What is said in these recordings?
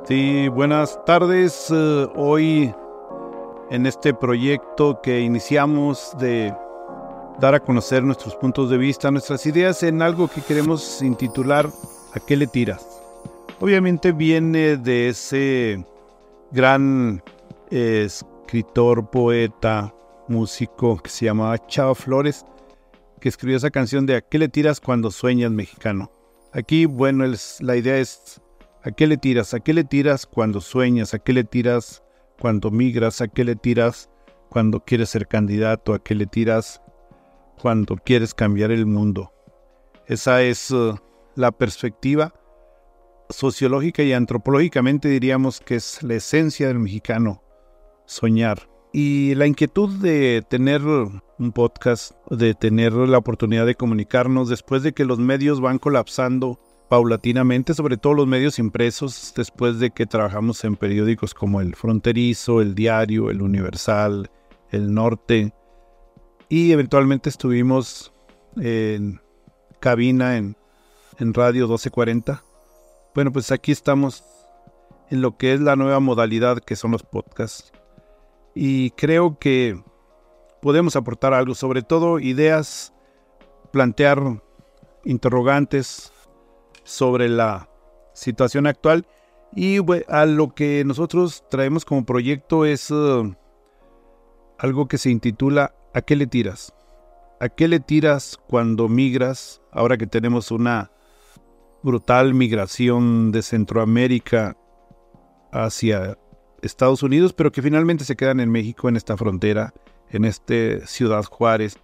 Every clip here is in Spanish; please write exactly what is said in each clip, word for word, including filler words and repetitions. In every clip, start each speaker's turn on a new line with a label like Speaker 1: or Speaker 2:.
Speaker 1: Sí, buenas tardes. Uh, hoy en este proyecto que iniciamos de dar a conocer nuestros puntos de vista, nuestras ideas en algo que queremos intitular ¿A qué le tiras? Obviamente viene de ese gran eh, escritor, poeta, músico que se llamaba Chava Flores, que escribió esa canción de ¿A qué le tiras cuando sueñas mexicano? Aquí, bueno, es, la idea es ¿a qué le tiras? ¿A qué le tiras cuando sueñas? ¿A qué le tiras cuando migras? ¿A qué le tiras cuando quieres ser candidato? ¿A qué le tiras cuando quieres cambiar el mundo? Esa es uh, la perspectiva sociológica y antropológicamente diríamos que es la esencia del mexicano, soñar. Y la inquietud de tener un podcast, de tener la oportunidad de comunicarnos después de que los medios van colapsando paulatinamente, sobre todo los medios impresos, después de que trabajamos en periódicos como El Fronterizo, El Diario, El Universal, El Norte, y eventualmente estuvimos en cabina en, en Radio doce cuarenta. Bueno, pues aquí estamos en lo que es la nueva modalidad que son los podcasts. Y creo que podemos aportar algo, sobre todo ideas, plantear interrogantes sobre la situación actual. Y bueno, a lo que nosotros traemos como proyecto es uh, algo que se intitula ¿A qué le tiras? ¿A qué le tiras cuando migras? Ahora que tenemos una brutal migración de Centroamérica hacia Estados Unidos, pero que finalmente se quedan en México, en esta frontera, en este Ciudad Juárez,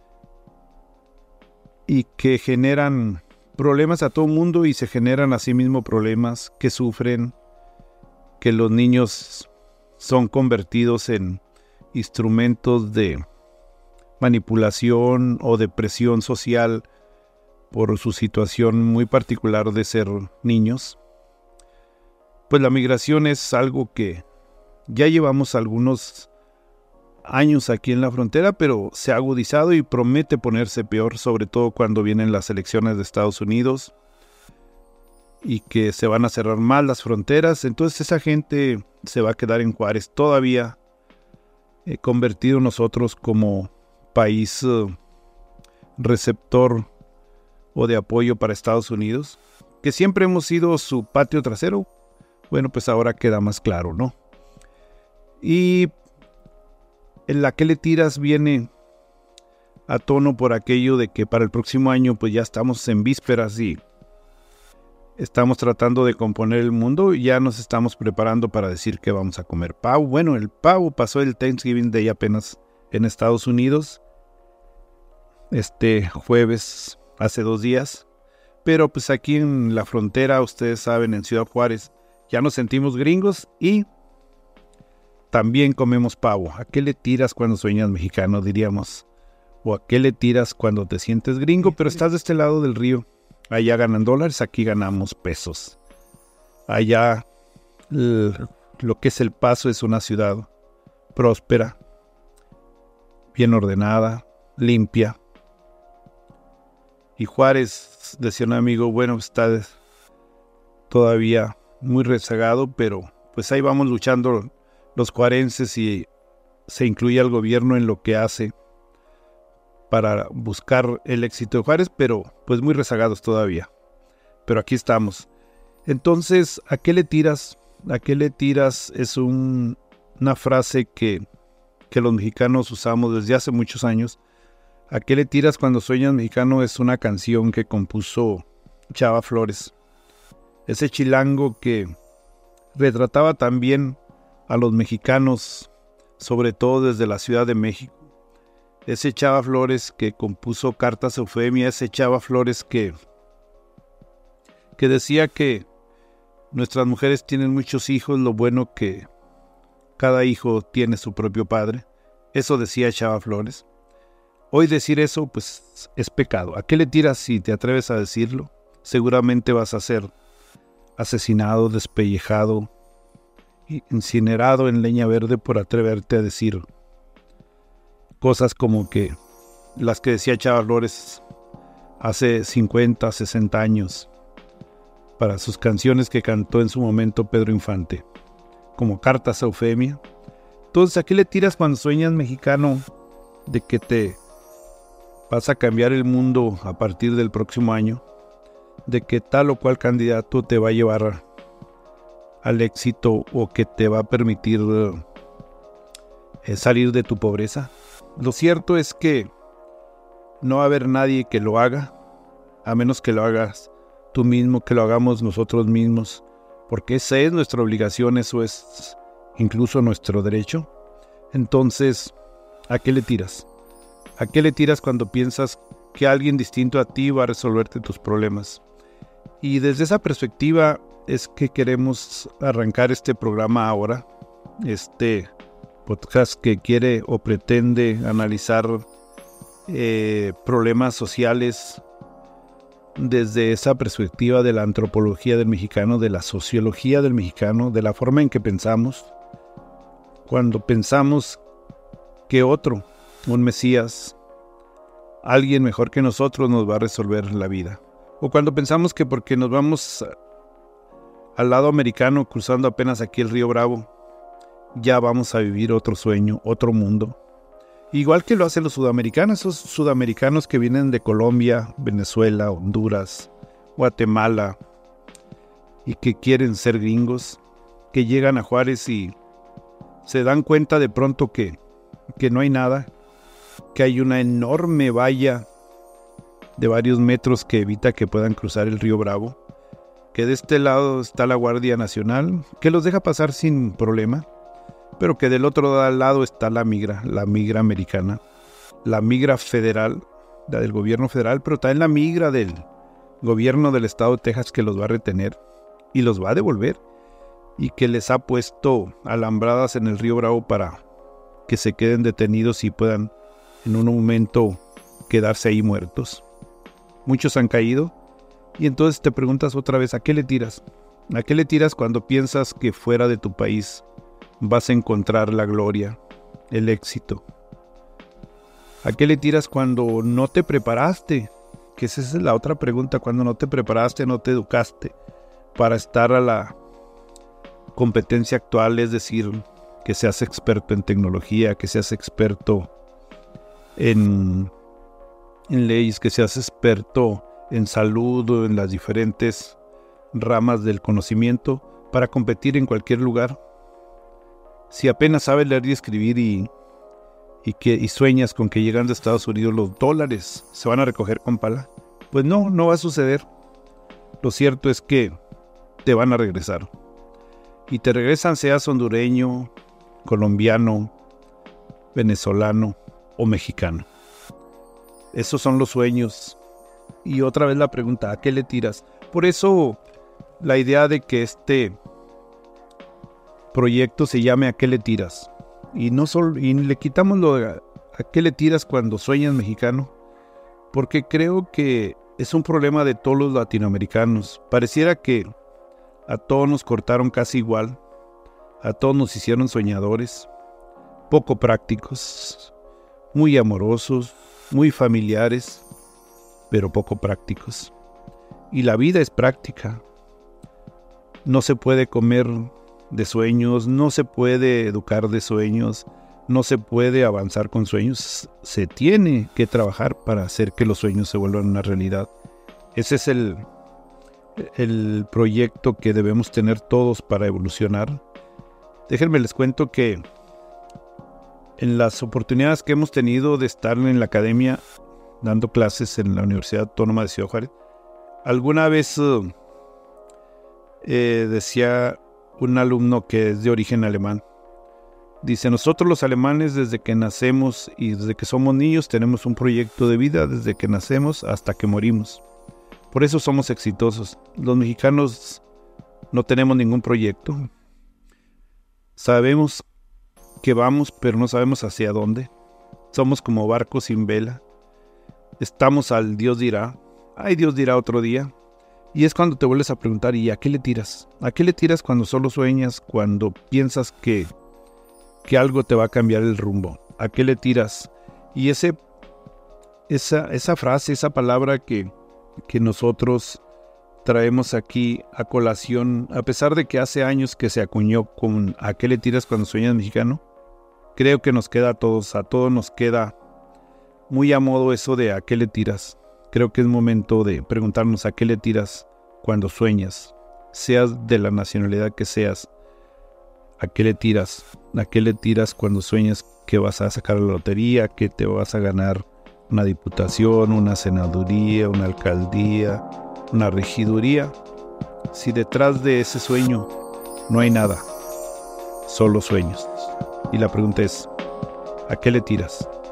Speaker 1: y que generan problemas a todo el mundo y se generan asimismo problemas que sufren, que los niños son convertidos en instrumentos de manipulación o de presión social por su situación muy particular de ser niños. Pues la migración es algo que ya llevamos algunos años aquí en la frontera, pero se ha agudizado y promete ponerse peor, sobre todo cuando vienen las elecciones de Estados Unidos y que se van a cerrar más las fronteras. Entonces esa gente se va a quedar en Juárez todavía, eh, convertido nosotros como país eh, receptor o de apoyo para Estados Unidos, que siempre hemos sido su patio trasero. Bueno, pues ahora queda más claro, ¿no? Y en la que le tiras viene a tono por aquello de que para el próximo año pues ya estamos en vísperas y estamos tratando de componer el mundo y ya nos estamos preparando para decir que vamos a comer pavo. Bueno, el pavo pasó el Thanksgiving Day apenas en Estados Unidos, este jueves, hace dos días, pero pues aquí en la frontera, ustedes saben, en Ciudad Juárez, ya nos sentimos gringos y también comemos pavo. ¿A qué le tiras cuando sueñas mexicano, diríamos? ¿O a qué le tiras cuando te sientes gringo, pero estás de este lado del río? Allá ganan dólares, aquí ganamos pesos. Allá lo que es El Paso es una ciudad próspera, bien ordenada, limpia. Y Juárez, decía un amigo, bueno, está todavía muy rezagado, pero pues ahí vamos luchando los juarenses y se incluye al gobierno en lo que hace para buscar el éxito de Juárez, pero pues muy rezagados todavía. Pero aquí estamos. Entonces, ¿a qué le tiras? ¿A qué le tiras? Es un, una frase que, que los mexicanos usamos desde hace muchos años. ¿A qué le tiras cuando sueñas mexicano? Es una canción que compuso Chava Flores. Ese chilango que retrataba también a los mexicanos, sobre todo desde la Ciudad de México. Ese Chava Flores que compuso Cartas a Eufemia, ese Chava Flores que, que decía que nuestras mujeres tienen muchos hijos, lo bueno que cada hijo tiene su propio padre. Eso decía Chava Flores. Hoy decir eso, pues, es pecado. ¿A qué le tiras si te atreves a decirlo? Seguramente vas a ser asesinado, despellejado, incinerado en leña verde por atreverte a decir cosas como que las que decía Chava Flores hace cincuenta, sesenta años para sus canciones que cantó en su momento Pedro Infante, como Cartas a Eufemia. Entonces, ¿a qué le tiras cuando sueñas, mexicano, de que te vas a cambiar el mundo a partir del próximo año? De que tal o cual candidato te va a llevar al éxito o que te va a permitir eh, salir de tu pobreza. Lo cierto es que no va a haber nadie que lo haga, a menos que lo hagas tú mismo, que lo hagamos nosotros mismos, porque esa es nuestra obligación, eso es incluso nuestro derecho. Entonces, ¿a qué le tiras? ¿A qué le tiras cuando piensas que alguien distinto a ti va a resolverte tus problemas? Y desde esa perspectiva es que queremos arrancar este programa ahora, este podcast que quiere o pretende analizar eh, problemas sociales desde esa perspectiva de la antropología del mexicano, de la sociología del mexicano, de la forma en que pensamos. Cuando pensamos que otro, un Mesías, alguien mejor que nosotros nos va a resolver la vida. O cuando pensamos que porque nos vamos al lado americano, cruzando apenas aquí el río Bravo, ya vamos a vivir otro sueño, otro mundo. Igual que lo hacen los sudamericanos, esos sudamericanos que vienen de Colombia, Venezuela, Honduras, Guatemala, y que quieren ser gringos, que llegan a Juárez y se dan cuenta de pronto que, que no hay nada, que hay una enorme valla de varios metros que evita que puedan cruzar el río Bravo, que de este lado está la Guardia Nacional, que los deja pasar sin problema, pero que del otro lado está la migra, la migra americana, la migra federal, la del gobierno federal, pero también la migra del gobierno del estado de Texas, que los va a retener y los va a devolver, y que les ha puesto alambradas en el río Bravo para que se queden detenidos y puedan en un momento quedarse ahí muertos. Muchos han caído, y entonces te preguntas otra vez, ¿a qué le tiras? ¿A qué le tiras cuando piensas que fuera de tu país vas a encontrar la gloria, el éxito? ¿A qué le tiras cuando no te preparaste? Que esa es la otra pregunta, cuando no te preparaste, no te educaste para estar a la competencia actual, es decir, que seas experto en tecnología, que seas experto en, en leyes, que seas experto en salud o en las diferentes ramas del conocimiento para competir en cualquier lugar. Si apenas sabes leer y escribir y, y, que, y sueñas con que llegando a Estados Unidos los dólares se van a recoger con pala, pues no, no va a suceder. Lo cierto es que te van a regresar. Y te regresan seas hondureño, colombiano, venezolano o mexicano. Esos son los sueños. Y otra vez la pregunta, ¿a qué le tiras? Por eso la idea de que este proyecto se llame ¿a qué le tiras? Y no solo, y le quitamos lo de ¿a qué le tiras cuando sueñas, mexicano? Porque creo que es un problema de todos los latinoamericanos. Pareciera que a todos nos cortaron casi igual, a todos nos hicieron soñadores, poco prácticos, muy amorosos, muy familiares, pero poco prácticos. Y la vida es práctica. No se puede comer de sueños, no se puede educar de sueños, no se puede avanzar con sueños. Se tiene que trabajar para hacer que los sueños se vuelvan una realidad. Ese es el, el proyecto que debemos tener todos para evolucionar. Déjenme les cuento que en las oportunidades que hemos tenido de estar en la academia dando clases en la Universidad Autónoma de Ciudad Juárez, alguna vez uh, eh, decía un alumno que es de origen alemán, dice, nosotros los alemanes desde que nacemos y desde que somos niños tenemos un proyecto de vida desde que nacemos hasta que morimos. Por eso somos exitosos. Los mexicanos no tenemos ningún proyecto. Sabemos que vamos, pero no sabemos hacia dónde. Somos como barcos sin vela. Estamos al Dios dirá. Ay, Dios dirá otro día. Y es cuando te vuelves a preguntar, ¿y a qué le tiras? ¿A qué le tiras cuando solo sueñas, cuando piensas que, que algo te va a cambiar el rumbo? ¿A qué le tiras? Y ese, esa, esa frase, esa palabra que, que nosotros traemos aquí a colación, a pesar de que hace años que se acuñó con ¿a qué le tiras cuando sueñas mexicano? Creo que nos queda a todos, a todos nos queda muy a modo eso de ¿a qué le tiras? Creo que es momento de preguntarnos ¿a qué le tiras cuando sueñas? Seas de la nacionalidad que seas, ¿a qué le tiras? ¿A qué le tiras cuando sueñas que vas a sacar la lotería, que te vas a ganar una diputación, una senaduría, una alcaldía, una regiduría? Si detrás de ese sueño no hay nada, solo sueños. Y la pregunta es, ¿a qué le tiras?